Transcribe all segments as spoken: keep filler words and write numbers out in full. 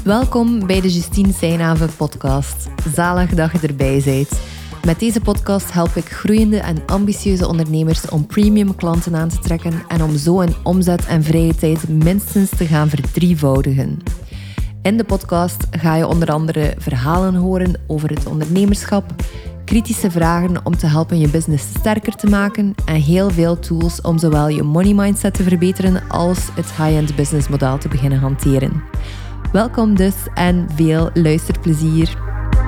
Welkom bij de Justine Seijnave podcast. Zalig dat je erbij bent. Met deze podcast help ik groeiende en ambitieuze ondernemers om premium klanten aan te trekken en om zo hun omzet en vrije tijd minstens te gaan verdrievoudigen. In de podcast ga je onder andere verhalen horen over het ondernemerschap, kritische vragen om te helpen je business sterker te maken en heel veel tools om zowel je money mindset te verbeteren als het high-end businessmodel te beginnen hanteren. Welkom dus en veel luisterplezier.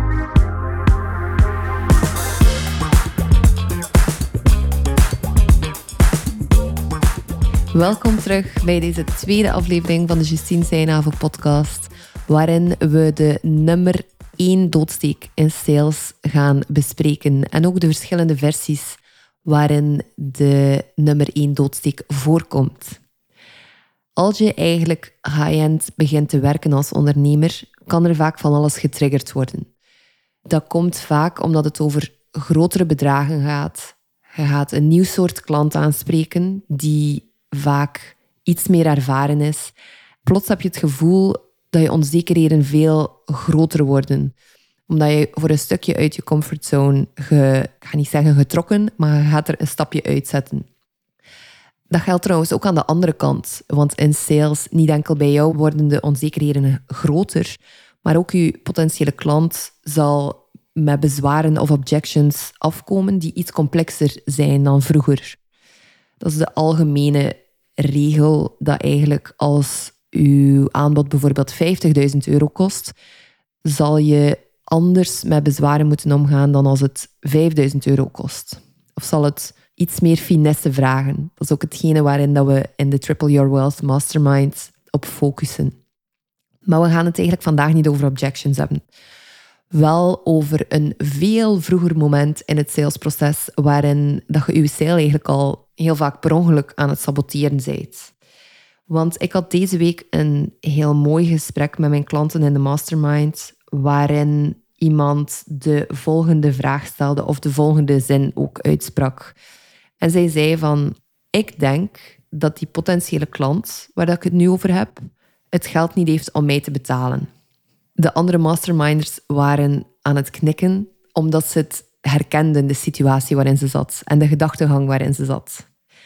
Welkom terug bij deze tweede aflevering van de Justine Seijnave podcast, waarin we de nummer één doodsteek in sales gaan bespreken en ook de verschillende versies waarin de nummer één doodsteek voorkomt. Als je eigenlijk high-end begint te werken als ondernemer, kan er vaak van alles getriggerd worden. Dat komt vaak omdat het over grotere bedragen gaat. Je gaat een nieuw soort klant aanspreken die vaak iets meer ervaren is. Plots heb je het gevoel dat je onzekerheden veel groter worden. Omdat je voor een stukje uit je comfortzone, ge, ik ga niet zeggen getrokken, maar je gaat er een stapje uitzetten. Dat geldt trouwens ook aan de andere kant. Want in sales, niet enkel bij jou worden de onzekerheden groter, maar ook je potentiële klant zal met bezwaren of objections afkomen die iets complexer zijn dan vroeger. Dat is de algemene regel dat eigenlijk als uw aanbod bijvoorbeeld vijftigduizend euro kost, zal je anders met bezwaren moeten omgaan dan als het vijfduizend euro kost. Of zal het iets meer finesse vragen. Dat is ook hetgene waarin dat we in de Triple Your Wealth Mastermind op focussen. Maar we gaan het eigenlijk vandaag niet over objections hebben. Wel over een veel vroeger moment in het salesproces waarin dat je je sale eigenlijk al heel vaak per ongeluk aan het saboteren bent. Want ik had deze week een heel mooi gesprek met mijn klanten in de mastermind waarin iemand de volgende vraag stelde of de volgende zin ook uitsprak. En zij zei van, ik denk dat die potentiële klant, waar dat ik het nu over heb, het geld niet heeft om mij te betalen. De andere masterminders waren aan het knikken, omdat ze het herkenden, de situatie waarin ze zat en de gedachtegang waarin ze zat.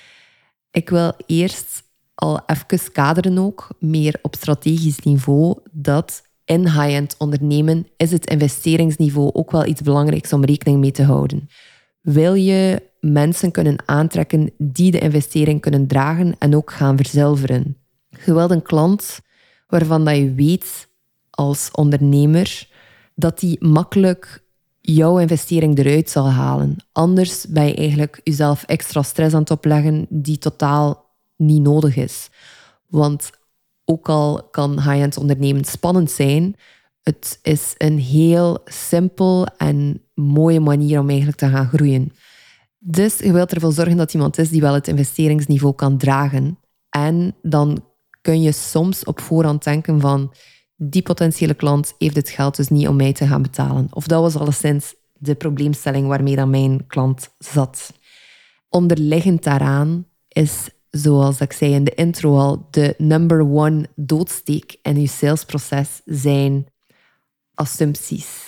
Ik wil eerst al even kaderen ook, meer op strategisch niveau, dat in high-end ondernemen is het investeringsniveau ook wel iets belangrijks om rekening mee te houden. Wil je mensen kunnen aantrekken die de investering kunnen dragen en ook gaan verzilveren? Je wilt een klant waarvan dat je weet als ondernemer dat die makkelijk jouw investering eruit zal halen. Anders ben je eigenlijk jezelf extra stress aan het opleggen die totaal niet nodig is. Want ook al kan high-end ondernemen spannend zijn, het is een heel simpel en mooie manier om eigenlijk te gaan groeien. Dus je wilt ervoor zorgen dat iemand is die wel het investeringsniveau kan dragen. En dan kun je soms op voorhand denken van, die potentiële klant heeft het geld dus niet om mij te gaan betalen. Of dat was alleszins de probleemstelling waarmee dan mijn klant zat. Onderliggend daaraan is, zoals ik zei in de intro al, de number one doodsteek in je salesproces zijn assumpties.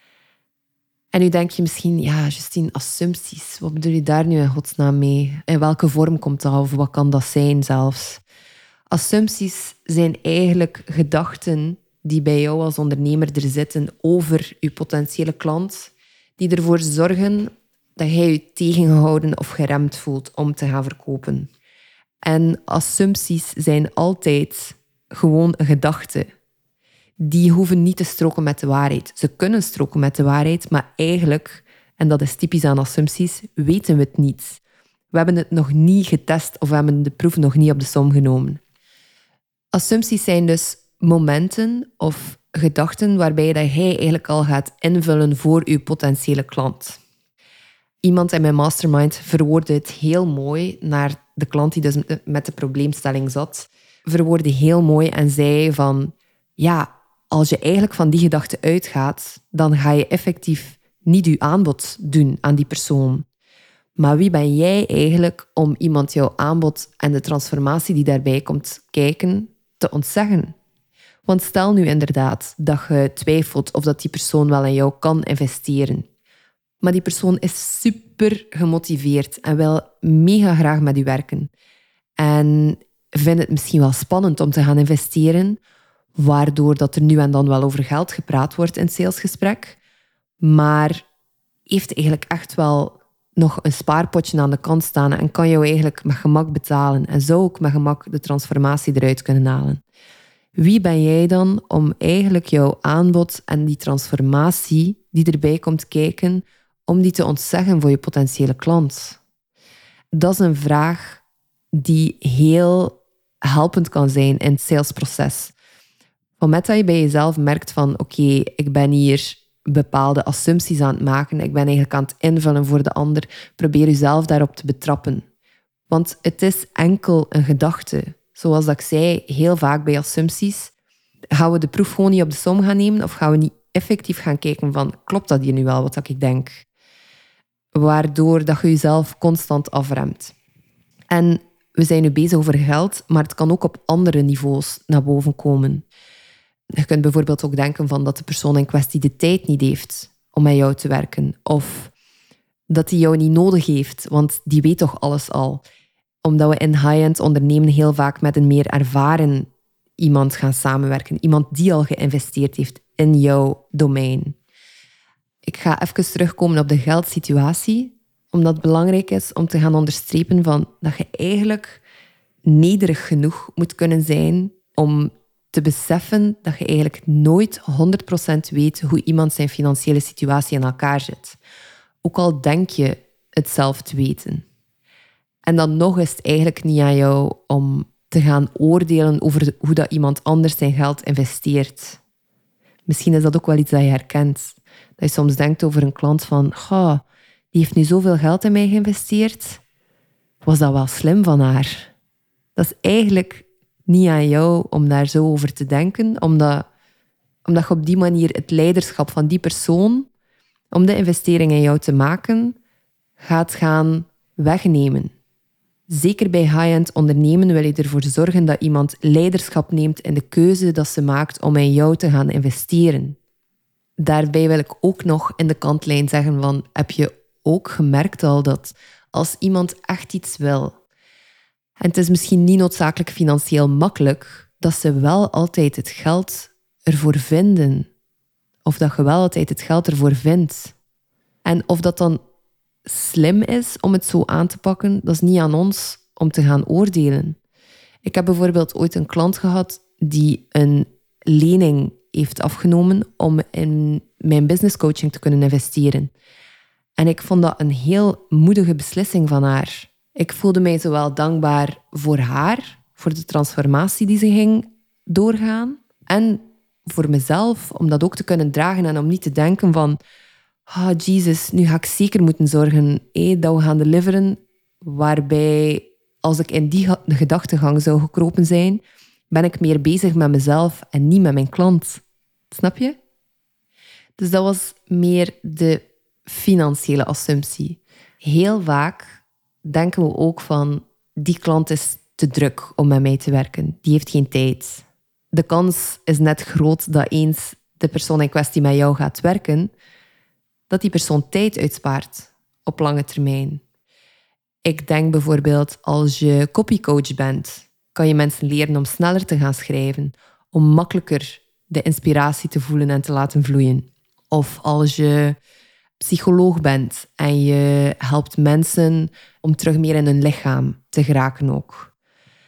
En nu denk je misschien, ja, Justine, assumpties, wat bedoel je daar nu in godsnaam mee? In welke vorm komt dat of wat kan dat zijn zelfs? Assumpties zijn eigenlijk gedachten die bij jou als ondernemer er zitten over je potentiële klant, die ervoor zorgen dat jij je tegengehouden of geremd voelt om te gaan verkopen. En assumpties zijn altijd gewoon een gedachte. Die hoeven niet te stroken met de waarheid. Ze kunnen stroken met de waarheid, maar eigenlijk, en dat is typisch aan assumpties, weten we het niet. We hebben het nog niet getest of we hebben de proef nog niet op de som genomen. Assumpties zijn dus momenten of gedachten waarbij dat jij eigenlijk al gaat invullen voor je potentiële klant. Iemand in mijn mastermind verwoordde het heel mooi naar de klant die dus met de probleemstelling zat. Verwoordde heel mooi en zei van, ja, als je eigenlijk van die gedachte uitgaat, dan ga je effectief niet je aanbod doen aan die persoon. Maar wie ben jij eigenlijk om iemand jouw aanbod en de transformatie die daarbij komt kijken te ontzeggen? Want stel nu inderdaad dat je twijfelt of dat die persoon wel in jou kan investeren. Maar die persoon is super gemotiveerd en wil mega graag met u werken. En vindt het misschien wel spannend om te gaan investeren, waardoor dat er nu en dan wel over geld gepraat wordt in het salesgesprek, maar heeft eigenlijk echt wel nog een spaarpotje aan de kant staan en kan jou eigenlijk met gemak betalen en zou ook met gemak de transformatie eruit kunnen halen. Wie ben jij dan om eigenlijk jouw aanbod en die transformatie die erbij komt kijken, om die te ontzeggen voor je potentiële klant? Dat is een vraag die heel helpend kan zijn in het salesproces. Van met dat je bij jezelf merkt van oké, okay, ik ben hier bepaalde assumpties aan het maken, ik ben eigenlijk aan het invullen voor de ander, probeer jezelf daarop te betrappen. Want het is enkel een gedachte. Zoals dat ik zei, heel vaak bij assumpties gaan we de proef gewoon niet op de som gaan nemen of gaan we niet effectief gaan kijken van klopt dat hier nu wel wat ik denk? Waardoor dat je jezelf constant afremt. En we zijn nu bezig over geld, maar het kan ook op andere niveaus naar boven komen. Je kunt bijvoorbeeld ook denken van dat de persoon in kwestie de tijd niet heeft om met jou te werken. Of dat hij jou niet nodig heeft, want die weet toch alles al. Omdat we in high-end ondernemen heel vaak met een meer ervaren iemand gaan samenwerken. Iemand die al geïnvesteerd heeft in jouw domein. Ik ga even terugkomen op de geldsituatie, omdat het belangrijk is om te gaan onderstrepen van dat je eigenlijk nederig genoeg moet kunnen zijn om te beseffen dat je eigenlijk nooit honderd procent weet hoe iemand zijn financiële situatie in elkaar zit. Ook al denk je het zelf te weten. En dan nog is het eigenlijk niet aan jou om te gaan oordelen over hoe dat iemand anders zijn geld investeert. Misschien is dat ook wel iets dat je herkent. Dat je soms denkt over een klant van, goh, die heeft nu zoveel geld in mij geïnvesteerd. Was dat wel slim van haar? Dat is eigenlijk niet aan jou om daar zo over te denken, omdat, omdat je op die manier het leiderschap van die persoon, om de investering in jou te maken, gaat gaan wegnemen. Zeker bij high-end ondernemen wil je ervoor zorgen dat iemand leiderschap neemt in de keuze dat ze maakt om in jou te gaan investeren. Daarbij wil ik ook nog in de kantlijn zeggen van, heb je ook gemerkt al dat als iemand echt iets wil, en het is misschien niet noodzakelijk financieel makkelijk, dat ze wel altijd het geld ervoor vinden. Of dat je wel altijd het geld ervoor vindt. En of dat dan slim is om het zo aan te pakken, dat is niet aan ons om te gaan oordelen. Ik heb bijvoorbeeld ooit een klant gehad die een lening heeft afgenomen om in mijn business coaching te kunnen investeren. En ik vond dat een heel moedige beslissing van haar. Ik voelde mij zowel dankbaar voor haar, voor de transformatie die ze ging doorgaan, en voor mezelf, om dat ook te kunnen dragen en om niet te denken van ah, oh, Jesus, nu ga ik zeker moeten zorgen hey, dat we gaan deliveren, waarbij als ik in die gedachtegang zou gekropen zijn, ben ik meer bezig met mezelf en niet met mijn klant. Snap je? Dus dat was meer de financiële assumptie. Heel vaak denken we ook van, die klant is te druk om met mij te werken. Die heeft geen tijd. De kans is net groot dat eens de persoon in kwestie met jou gaat werken, dat die persoon tijd uitspaart op lange termijn. Ik denk bijvoorbeeld, als je copycoach bent, kan je mensen leren om sneller te gaan schrijven, om makkelijker de inspiratie te voelen en te laten vloeien. Of als je psycholoog bent en je helpt mensen om terug meer in hun lichaam te geraken ook.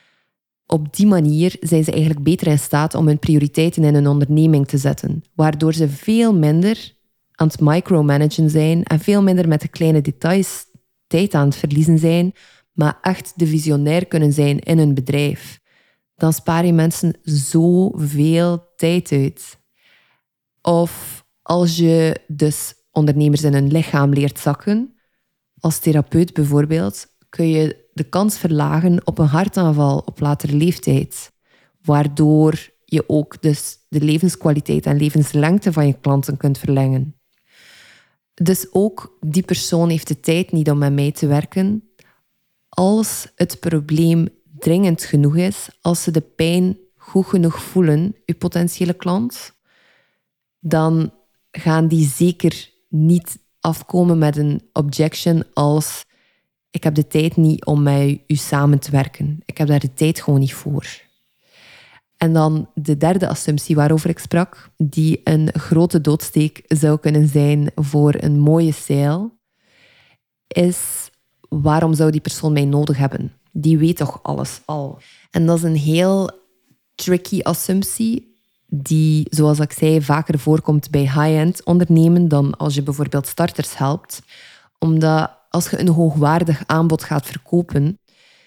Op die manier zijn ze eigenlijk beter in staat om hun prioriteiten in hun onderneming te zetten, waardoor ze veel minder aan het micromanagen zijn en veel minder met de kleine details tijd aan het verliezen zijn, maar echt de visionair kunnen zijn in hun bedrijf. Dan spaar je mensen zoveel tijd uit. Of als je dus ondernemers in hun lichaam leert zakken, als therapeut bijvoorbeeld, kun je de kans verlagen op een hartaanval op latere leeftijd, waardoor je ook dus de levenskwaliteit en levenslengte van je klanten kunt verlengen. Dus ook die persoon heeft de tijd niet om met mij te werken als het probleem dringend genoeg is, als ze de pijn goed genoeg voelen, je potentiële klant, dan gaan die zeker niet afkomen met een objection als ik heb de tijd niet om met u samen te werken. Ik heb daar de tijd gewoon niet voor. En dan de derde assumptie waarover ik sprak, die een grote doodsteek zou kunnen zijn voor een mooie sale, is waarom zou die persoon mij nodig hebben? Die weet toch alles al. En dat is een heel tricky assumptie die, zoals ik zei, vaker voorkomt bij high-end ondernemen dan als je bijvoorbeeld starters helpt. Omdat als je een hoogwaardig aanbod gaat verkopen,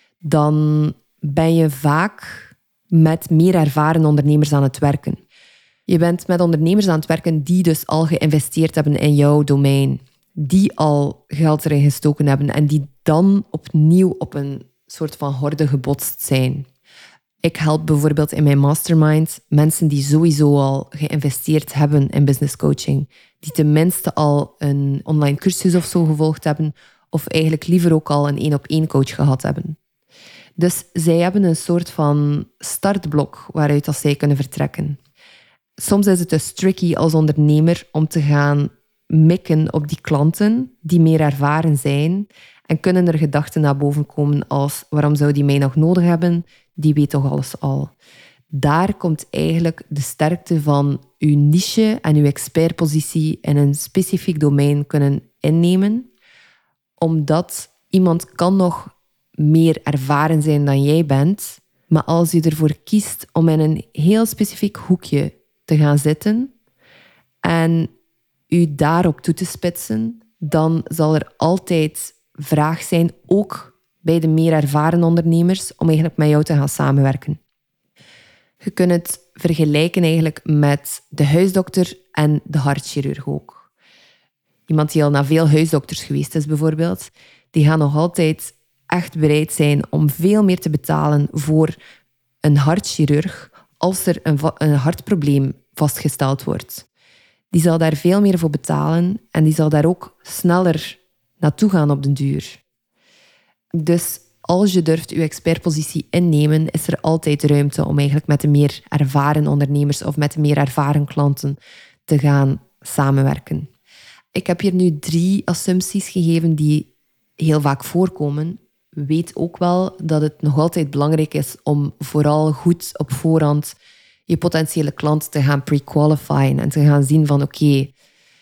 dan ben je vaak met meer ervaren ondernemers aan het werken. Je bent met ondernemers aan het werken die dus al geïnvesteerd hebben in jouw domein, die al geld erin gestoken hebben en die dan opnieuw op een soort van horde gebotst zijn. Ik help bijvoorbeeld in mijn mastermind mensen die sowieso al geïnvesteerd hebben in business coaching, die tenminste al een online cursus of zo gevolgd hebben, of eigenlijk liever ook al een één-op-één coach gehad hebben. Dus zij hebben een soort van startblok waaruit dat zij kunnen vertrekken. Soms is het dus tricky als ondernemer om te gaan mikken op die klanten die meer ervaren zijn en kunnen er gedachten naar boven komen als waarom zou die mij nog nodig hebben? Die weet toch alles al. Daar komt eigenlijk de sterkte van uw niche en uw expertpositie in een specifiek domein kunnen innemen, omdat iemand kan nog meer ervaren zijn dan jij bent, maar als je ervoor kiest om in een heel specifiek hoekje te gaan zitten en u daarop toe te spitsen, dan zal er altijd vraag zijn, ook bij de meer ervaren ondernemers, om eigenlijk met jou te gaan samenwerken. Je kunt het vergelijken eigenlijk met de huisdokter en de hartchirurg ook. Iemand die al naar veel huisdokters geweest is bijvoorbeeld, die gaan nog altijd echt bereid zijn om veel meer te betalen voor een hartchirurg als er een, va- een hartprobleem vastgesteld wordt. Die zal daar veel meer voor betalen en die zal daar ook sneller naartoe gaan op den duur. Dus als je durft je expertpositie innemen, is er altijd ruimte om eigenlijk met de meer ervaren ondernemers of met de meer ervaren klanten te gaan samenwerken. Ik heb hier nu drie assumpties gegeven die heel vaak voorkomen. Weet ook wel dat het nog altijd belangrijk is om vooral goed op voorhand je potentiële klant te gaan pre-qualifyen en te gaan zien van oké, okay,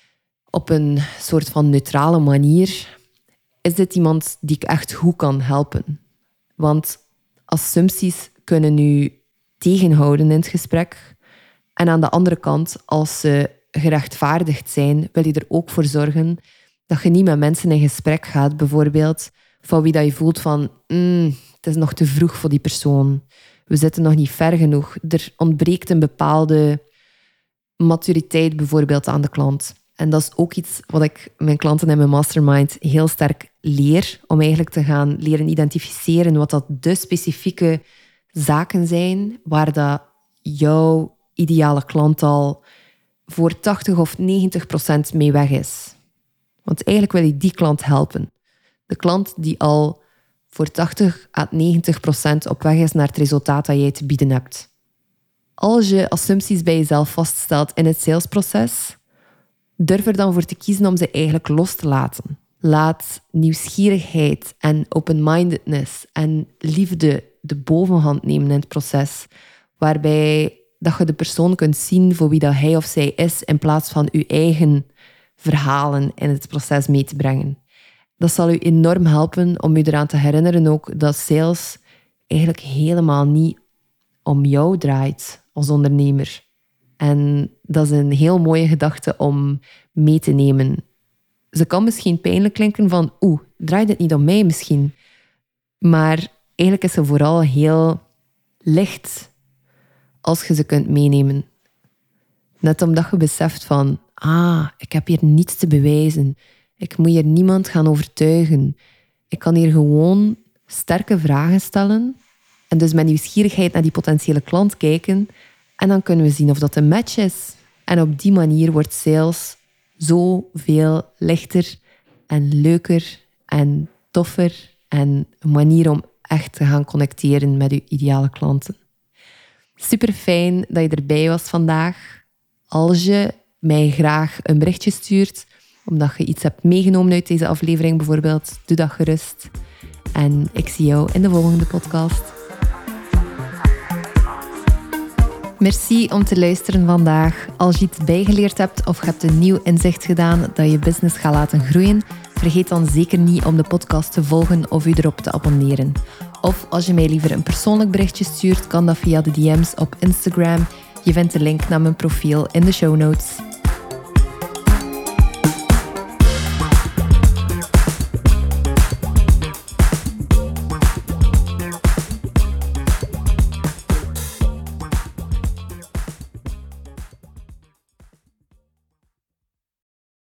op een soort van neutrale manier, is dit iemand die ik echt goed kan helpen? Want assumpties kunnen u tegenhouden in het gesprek. En aan de andere kant, als ze gerechtvaardigd zijn, wil je er ook voor zorgen dat je niet met mensen in gesprek gaat, bijvoorbeeld van wie dat je voelt van mm, het is nog te vroeg voor die persoon. We zitten nog niet ver genoeg. Er ontbreekt een bepaalde maturiteit bijvoorbeeld aan de klant. En dat is ook iets wat ik mijn klanten in mijn mastermind heel sterk leer, om eigenlijk te gaan leren identificeren wat dat de specifieke zaken zijn waar dat jouw ideale klant al voor tachtig of negentig procent mee weg is. Want eigenlijk wil je die klant helpen. De klant die al voor tachtig à negentig procent op weg is naar het resultaat dat jij te bieden hebt. Als je assumpties bij jezelf vaststelt in het salesproces, durf er dan voor te kiezen om ze eigenlijk los te laten. Laat nieuwsgierigheid en open-mindedness en liefde de bovenhand nemen in het proces, waarbij dat je de persoon kunt zien voor wie dat hij of zij is, in plaats van je eigen verhalen in het proces mee te brengen. Dat zal u enorm helpen om u eraan te herinneren ook dat sales eigenlijk helemaal niet om jou draait als ondernemer. En dat is een heel mooie gedachte om mee te nemen. Ze kan misschien pijnlijk klinken van oeh, draait het niet om mij misschien? Maar eigenlijk is ze vooral heel licht als je ze kunt meenemen. Net omdat je beseft van ah, ik heb hier niets te bewijzen. Ik moet hier niemand gaan overtuigen. Ik kan hier gewoon sterke vragen stellen en dus met nieuwsgierigheid naar die potentiële klant kijken en dan kunnen we zien of dat een match is. En op die manier wordt sales zoveel lichter en leuker en toffer en een manier om echt te gaan connecteren met uw ideale klanten. Super fijn dat je erbij was vandaag. Als je mij graag een berichtje stuurt, omdat je iets hebt meegenomen uit deze aflevering bijvoorbeeld, doe dat gerust. En ik zie jou in de volgende podcast. Merci om te luisteren vandaag. Als je iets bijgeleerd hebt of je hebt een nieuw inzicht gedaan dat je business gaat laten groeien, vergeet dan zeker niet om de podcast te volgen of je erop te abonneren. Of als je mij liever een persoonlijk berichtje stuurt, kan dat via de D M's op Instagram. Je vindt de link naar mijn profiel in de show notes.